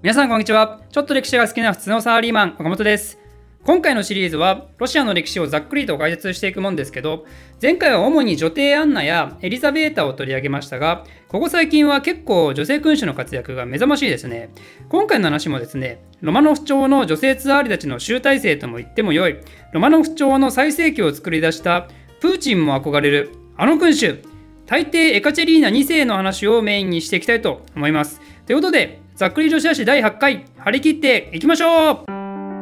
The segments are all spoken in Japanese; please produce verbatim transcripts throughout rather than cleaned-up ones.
皆さんこんにちは。ちょっと歴史が好きな普通のサラリーマン岡本です。今回のシリーズはロシアの歴史をざっくりと解説していくもんですけど、前回は主に女帝アンナやエリザベータを取り上げましたが、ここ最近は結構女性君主の活躍が目覚ましいですね。今回の話もですね、ロマノフ朝の女性ツアーリたちの集大成とも言ってもよい、ロマノフ朝の最盛期を作り出したプーチンも憧れるあの君主、大帝エカチェリーナに世の話をメインにしていきたいと思います。ということで、ざっくり女子史だいはちかい、張り切っていきましょう。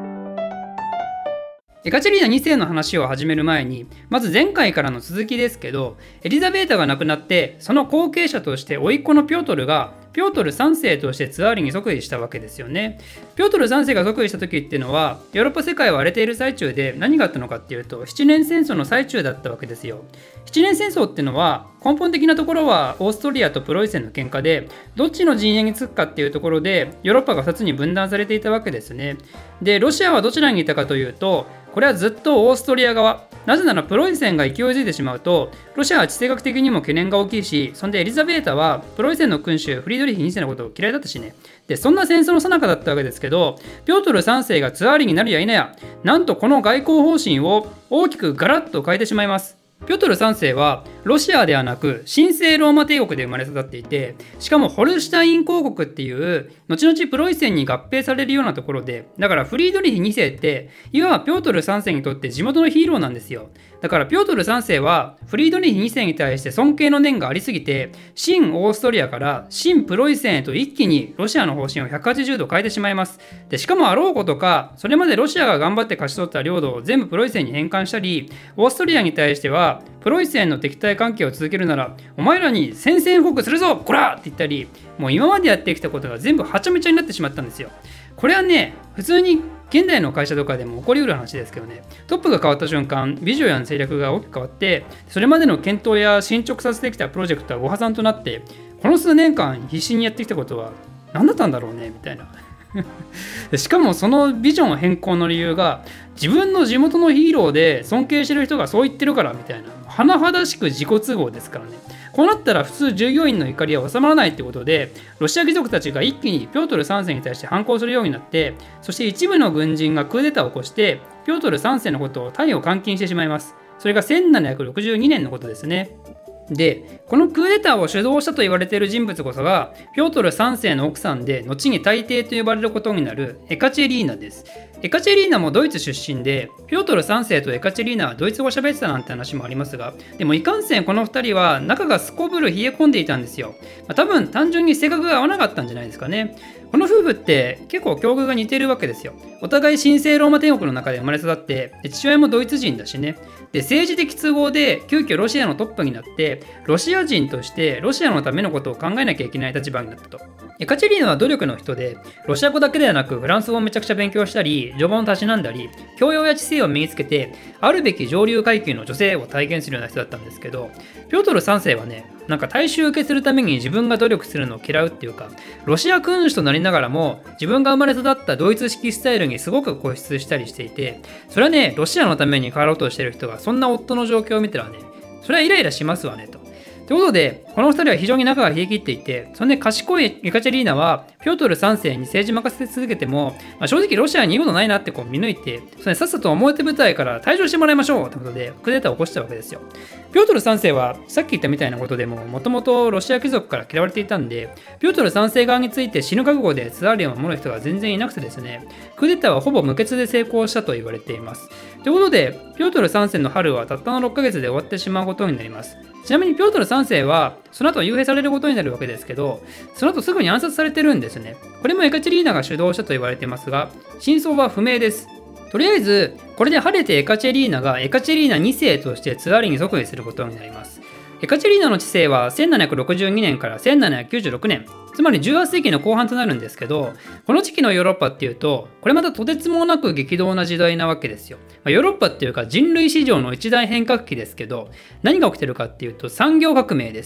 エカチェリーナに世の話を始める前に、まず前回からの続きですけど、エリザベータが亡くなって、その後継者として甥っ子のピョートルがピョートルさん世としてツアーリに即位したわけですよね。ピョートルさん世が即位した時っていうのは、ヨーロッパ世界は荒れている最中で、何があったのかっていうと、七年戦争の最中だったわけですよ。七年戦争っていうのは、根本的なところはオーストリアとプロイセンの喧嘩で、どっちの陣営につくかっていうところで、ヨーロッパがふたつに分断されていたわけですね。で、ロシアはどちらにいたかというと、これはずっとオーストリア側。なぜならプロイセンが勢いづいてしまうと、ロシアは地政学的にも懸念が大きいし、そんでエリザベータはプロイセンの君主フリードリヒに世のことを嫌いだったしね。で、そんな戦争の最中だったわけですけど、ピョートルさん世がツアーリになるや否や、なんとこの外交方針を大きくガラッと変えてしまいます。ピョートルさん世はロシアではなく神聖ローマ帝国で生まれ育っていて、しかもホルシュタイン公国っていう後々プロイセンに合併されるようなところで、だからフリードリヒに世っていわばピョートルさん世にとって地元のヒーローなんですよ。だからピョートルさん世はフリードリヒに世に対して尊敬の念がありすぎて、新オーストリアから新プロイセンへと一気にロシアの方針をひゃくはちじゅうど変えてしまいます。で、しかもあろうことか、それまでロシアが頑張って勝ち取った領土を全部プロイセンに返還したり、オーストリアに対してはプロイセンの敵対関係を続けるならお前らに宣戦布告するぞこらって言ったり、もう今までやってきたことが全部はちゃめちゃになってしまったんですよ。これはね、普通に現代の会社とかでも起こりうる話ですけどね、トップが変わった瞬間、ビジョンや戦略が大きく変わって、それまでの検討や進捗させてきたプロジェクトはご破算となって、この数年間必死にやってきたことは何だったんだろうねみたいなしかもそのビジョン変更の理由が、自分の地元のヒーローで尊敬してる人がそう言ってるからみたいな、甚だしく自己都合ですからね。こうなったら普通従業員の怒りは収まらないってことで、ロシア貴族たちが一気にピョートルさん世に対して反抗するようになって、そして一部の軍人がクーデターを起こしてピョートルさん世のことを逮捕監禁してしまいます。それがせんななひゃくろくじゅうにねんのことですね。で、このクーデターを主導したと言われている人物こそがピョートルさん世の奥さんで、後に大帝と呼ばれることになるエカチェリーナです。エカチェリーナもドイツ出身で、ピョートルさん世とエカチェリーナはドイツ語喋ってたなんて話もありますが、でもいかんせんこのふたりは仲がすこぶる冷え込んでいたんですよ。まあ、多分単純に性格が合わなかったんじゃないですかね。この夫婦って結構境遇が似てるわけですよ。お互い神聖ローマ帝国の中で生まれ育って、父親もドイツ人だしね。で、政治的都合で急遽ロシアのトップになって、ロシア人としてロシアのためのことを考えなきゃいけない立場になったと。エカチェリーナは努力の人で、ロシア語だけではなくフランス語をめちゃくちゃ勉強したり、序盤をたしなんだり、教養や知性を身につけて、あるべき上流階級の女性を体現するような人だったんですけど、ピョートルさん世はね、なんか大衆受けするために自分が努力するのを嫌うっていうか、ロシア君主となりながらも自分が生まれ育ったドイツ式スタイルにすごく固執したりしていて、それはね、ロシアのために変わろうとしてる人がそんな夫の状況を見たらね、それはイライラしますわねと。ということで、このふたりは非常に仲が冷え切っていて、そんで賢いエカチェリーナはピョートルさん世に政治任せ続けても、まあ、正直ロシアに言うことないなってこう見抜いて、それさっさと表舞台から退場してもらいましょうということでクーデターを起こしたわけですよ。ピョートルさん世はさっき言ったみたいなことでももともとロシア貴族から嫌われていたんで、ピョートルさん世側について死ぬ覚悟でツアーリを守る人が全然いなくてですね、クーデターはほぼ無血で成功したと言われています。ということで、ピョートルさん世の春はたったのろっかげつで終わってしまうことになります。ちなみにピョートルさん世はその後幽閉されることになるわけですけど、その後すぐに暗殺されてるんですね。これもエカチェリーナが主導したと言われていますが、真相は不明です。とりあえずこれで晴れてエカチェリーナがエカチェリーナに世としてツアーリに即位することになります。エカチェリーナの治世はせんななひゃくろくじゅうにねんからせんななひゃくきゅうじゅうろくねん、つまりじゅうはっ世紀の後半となるんですけど、この時期のヨーロッパっていうと、これまたとてつもなく激動な時代なわけですよ。まあ、ヨーロッパっていうか人類史上の一大変革期ですけど、何が起きてるかっていうと産業革命です。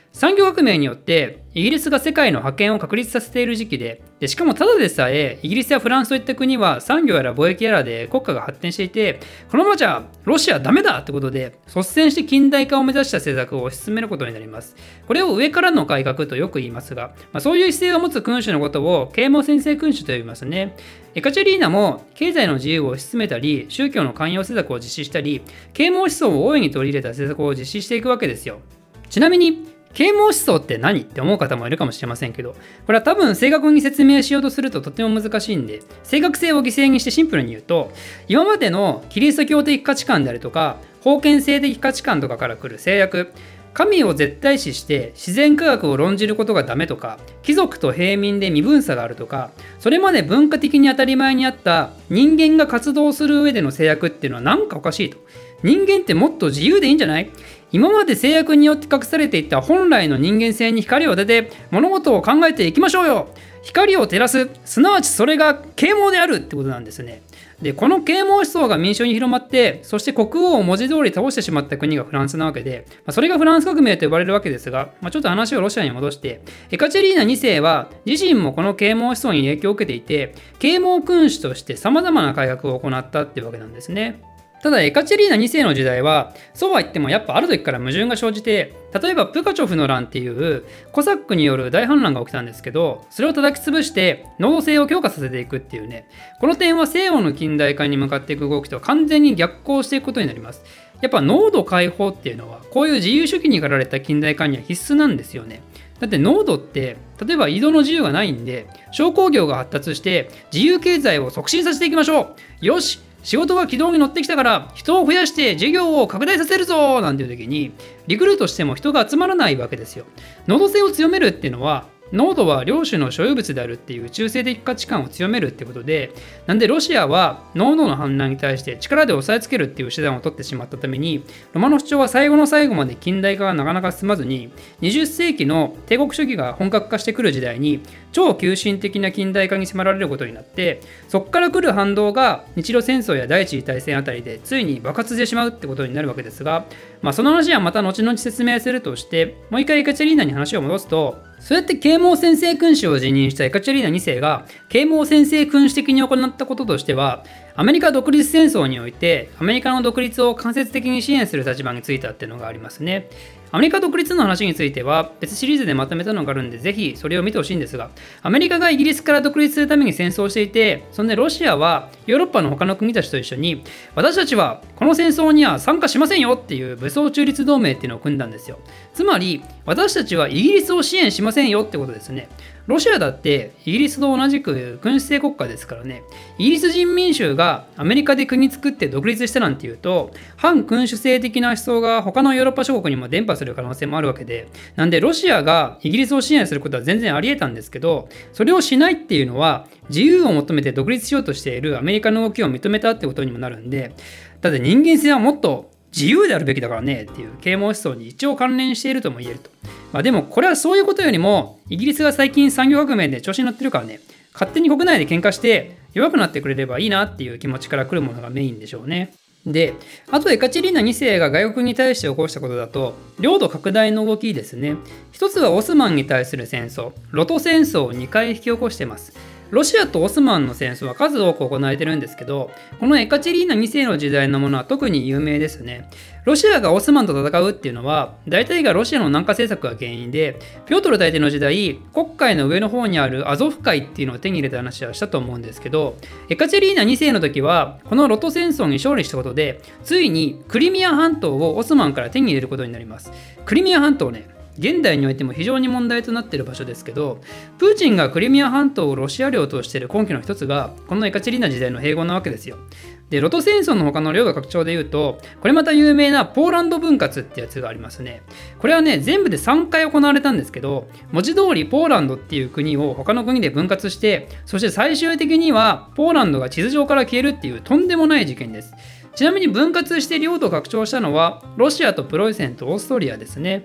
産業革命によってイギリスが世界の覇権を確立させている時期で、でしかもただでさえイギリスやフランスといった国は産業やら貿易やらで国家が発展していて、このままじゃロシアダメだってことで率先して近代化を目指した政策を推し進めることになります。これを上からの改革とよく言いますが、まあ、そういう姿勢を持つ君主のことを啓蒙専制君主と呼びますね。エカチェリーナも経済の自由を推し進めたり、宗教の寛容政策を実施したり、啓蒙思想を大いに取り入れた政策を実施していくわけですよ。ちなみに啓蒙思想って何って思う方もいるかもしれませんけど、これは多分正確に説明しようとするととても難しいんで、正確性を犠牲にしてシンプルに言うと、今までのキリスト教的価値観であるとか封建制的価値観とかから来る制約、神を絶対視して自然科学を論じることがダメとか、貴族と平民で身分差があるとか、それまで文化的に当たり前にあった人間が活動する上での制約っていうのはなんかおかしいと。人間ってもっと自由でいいんじゃない？今まで制約によって隠されていた本来の人間性に光を当てて物事を考えていきましょうよ。光を照らす、すなわちそれが啓蒙であるってことなんですね。で、この啓蒙思想が民衆に広まって、そして国王を文字通り倒してしまった国がフランスなわけで、まあ、それがフランス革命と呼ばれるわけですが、まあ、ちょっと話をロシアに戻して、エカチェリーナに世は自身もこの啓蒙思想に影響を受けていて、啓蒙君主として様々な改革を行ったっていうわけなんですね。ただエカチェリーナに世の時代はそうは言ってもやっぱある時から矛盾が生じて、例えばプカチョフの乱っていうコサックによる大反乱が起きたんですけど、それを叩き潰して農奴制を強化させていくっていうね、この点は西洋の近代化に向かっていく動きと完全に逆行していくことになります。やっぱ農土解放っていうのはこういう自由主義に駆られた近代化には必須なんですよね。だって農土って例えば移動の自由がないんで、商工業が発達して自由経済を促進させていきましょう。よし、仕事が軌道に乗ってきたから人を増やして事業を拡大させるぞなんていう時にリクルートしても人が集まらないわけですよ。農土性を強めるっていうのは、農土は領主の所有物であるっていう中性的価値観を強めるってことで、なんでロシアは農土の反乱に対して力で押さえつけるっていう手段を取ってしまったために、ロマノフ朝は最後の最後まで近代化がなかなか進まずに、にじゅっ世紀の帝国主義が本格化してくる時代に超急進的な近代化に迫られることになって、そこから来る反動が日露戦争や第一次大戦あたりでついに爆発してしまうってことになるわけですが、まあ、その話はまた後々説明するとして、もう一回エカチェリーナに話を戻すと、そうやって啓蒙専制君主を辞任したエカチェリーナに世が啓蒙専制君主的に行ったこととしては、アメリカ独立戦争においてアメリカの独立を間接的に支援する立場についたっていうのがありますね。アメリカ独立の話については別シリーズでまとめたのがあるんで、ぜひそれを見てほしいんですが、アメリカがイギリスから独立するために戦争をしていて、そんでロシアはヨーロッパの他の国たちと一緒に、私たちはこの戦争には参加しませんよっていう武装中立同盟っていうのを組んだんですよ。つまり私たちはイギリスを支援しませんよってことですね。ロシアだってイギリスと同じく君主制国家ですからね。イギリス人民衆がアメリカで国作って独立したなんていうと、反君主制的な思想が他のヨーロッパ諸国にも伝播する可能性もあるわけで、なんでロシアがイギリスを支援することは全然あり得たんですけど、それをしないっていうのは自由を求めて独立しようとしているアメリカの動きを認めたってことにもなるんで、だって人間性はもっと自由であるべきだからねっていう啓蒙思想に一応関連しているとも言えると。まあでもこれはそういうことよりも、イギリスが最近産業革命で調子に乗ってるからね、勝手に国内で喧嘩して弱くなってくれればいいなっていう気持ちから来るものがメインでしょうね。で、あとエカチェリーナに世が外国に対して起こしたことだと、領土拡大の動きですね。一つはオスマンに対する戦争、ロト戦争をにかい引き起こしています。ロシアとオスマンの戦争は数多く行われてるんですけど、このエカチェリーナに世の時代のものは特に有名ですね。ロシアがオスマンと戦うっていうのは、大体がロシアの南下政策が原因で、ピョートル大帝の時代、黒海の上の方にあるアゾフ海っていうのを手に入れた話はしたと思うんですけど、エカチェリーナに世の時は、このロト戦争に勝利したことで、ついにクリミア半島をオスマンから手に入れることになります。クリミア半島ね、現代においても非常に問題となっている場所ですけど、プーチンがクリミア半島をロシア領としている根拠の一つがこのエカチェリーナ時代の併合なわけですよ。で、ロト戦争の他の領土拡張でいうと、これまた有名なポーランド分割ってやつがありますね。これはね、全部でさんかい行われたんですけど、文字通りポーランドっていう国を他の国で分割して、そして最終的にはポーランドが地図上から消えるっていうとんでもない事件です。ちなみに分割して領土を拡張したのはロシアとプロイセンとオーストリアですね。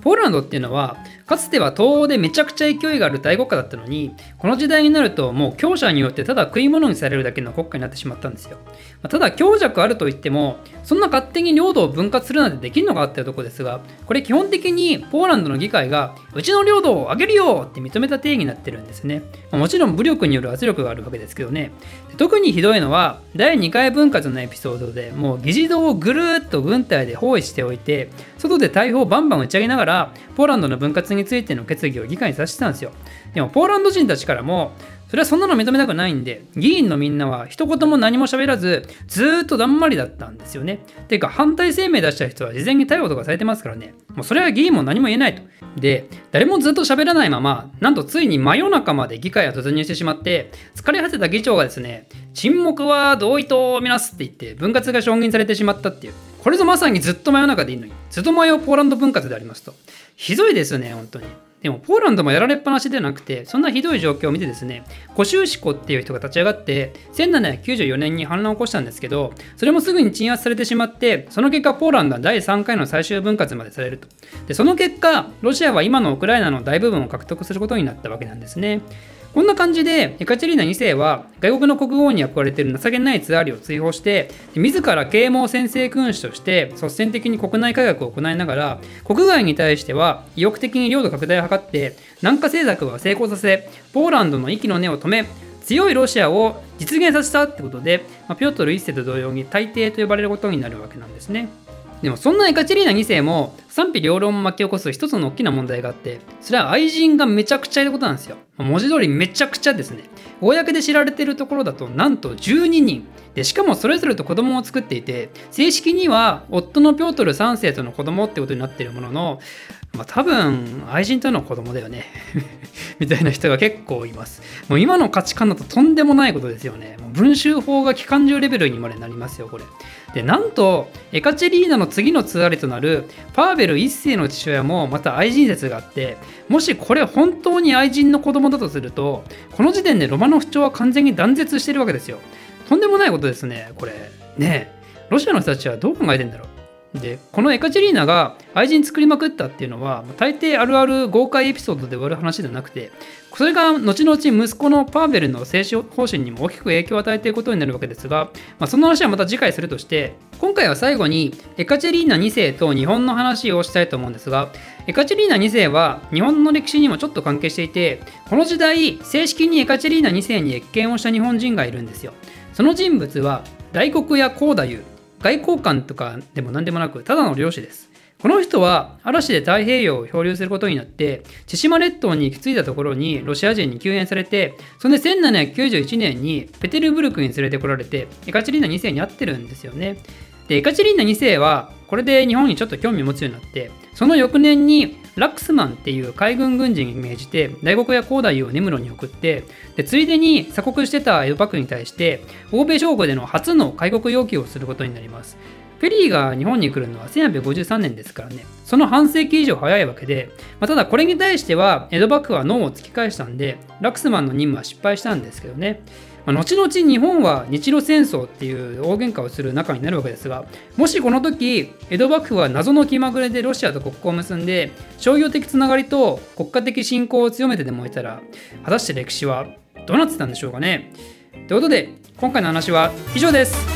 ポーランドっていうのはかつては東欧でめちゃくちゃ勢いがある大国家だったのに、この時代になるともう強者によってただ食い物にされるだけの国家になってしまったんですよ。ただ強弱あるといっても、そんな勝手に領土を分割するなんてできるのかっていうところですが、これ基本的にポーランドの議会がうちの領土をあげるよって認めた定義になってるんですね。もちろん武力による圧力があるわけですけどね。特にひどいのはだいにかい分割のエピソードで、もう議事堂をぐるーっと軍隊で包囲しておいて、外で大砲をバンバン打ち上げながらポーランドの分割についての決議を議会にさせてたんですよ。でもポーランド人たちからもそれはそんなの認めたくないんで、議員のみんなは一言も何も喋らずずーっとだんまりだったんですよね。ていうか反対声明出した人は事前に逮捕とかされてますからね。もうそれは議員も何も言えないと。で、誰もずっと喋らないまま、なんとついに真夜中まで議会が突入してしまって、疲れ果てた議長がですね、沈黙は同意とみなすって言って分割が承認されてしまったっていう。これぞまさにずっと真夜中でいいのに、ずっと前をポーランド分割でありますと。ひどいですよね、本当に。でもポーランドもやられっぱなしではなくて、そんなひどい状況を見てですね、コシューシコっていう人が立ち上がってせんななひゃくきゅうじゅうよねんに反乱を起こしたんですけど、それもすぐに鎮圧されてしまって、その結果ポーランドはだいさんかいの最終分割までされると。でその結果ロシアは今のウクライナの大部分を獲得することになったわけなんですね。こんな感じでエカチェリーナにせいは外国の国王に憧れている情けないツアーリを追放して、自ら啓蒙専制君主として率先的に国内改革を行いながら、国外に対しては意欲的に領土拡大を図って南下政策を成功させ、ポーランドの息の根を止め、強いロシアを実現させたってことで、まあ、ピョートルいっせいと同様に大帝と呼ばれることになるわけなんですね。でもそんなエカチェリーナにせいも賛否両論を巻き起こす一つの大きな問題があって、それは愛人がめちゃくちゃいることなんですよ。文字通りめちゃくちゃですね。公で知られているところだとなんとじゅうににんで、しかもそれぞれと子供を作っていて、正式には夫のピョートルさんせいとの子供ってことになっているものの、まあ、多分愛人との子供だよねみたいな人が結構います。もう今の価値観だととんでもないことですよね。もう文集法が機関銃レベルにまでなりますよ、これ。で、なんとエカチェリーナの次のツアリとなるパーベルいっせいの父親もまた愛人説があって、もしこれ本当に愛人の子供だとすると、この時点でロマノフ朝は完全に断絶してるわけですよ。とんでもないことですね、これ。ねえ、ロシアの人たちはどう考えてんだろう。で、このエカチェリーナが愛人作りまくったっていうのは大抵あるある豪快エピソードで終わる話ではなくて、それが後々息子のパーベルの政治方針にも大きく影響を与えていることになるわけですが、まあ、その話はまた次回するとして、今回は最後にエカチェリーナにせいと日本の話をしたいと思うんですが、エカチェリーナにせいは日本の歴史にもちょっと関係していて、この時代正式にエカチェリーナにせいに謁見をした日本人がいるんですよ。その人物は大黒屋光太夫、外交官とかでも何でもなくただの漁師です。この人は嵐で太平洋を漂流することになって、千島列島に行き着いたところにロシア人に救援されて、それでせんななひゃくきゅうじゅういちねんにペテルブルクに連れてこられてエカチェリーナにせいに会ってるんですよね。で、エカチェリーナにせいはこれで日本にちょっと興味を持つようになって、その翌年にラクスマンっていう海軍軍人に命じて大黒屋光太夫を根室に送って、でついでに鎖国してた江戸幕府に対して欧米諸国での初の開国要求をすることになります。フェリーが日本に来るのはせんはっぴゃくごじゅうさんねんですからね、その半世紀以上早いわけで、まあ、ただこれに対しては江戸幕府はノーを突き返したんで、ラクスマンの任務は失敗したんですけどね。まあ、後々日本は日露戦争っていう大喧嘩をする仲になるわけですが、もしこの時江戸幕府は謎の気まぐれでロシアと国交を結んで商業的つながりと国家的信仰を強めてでもいたら、果たして歴史はどうなってたんでしょうかね。ということで今回の話は以上です。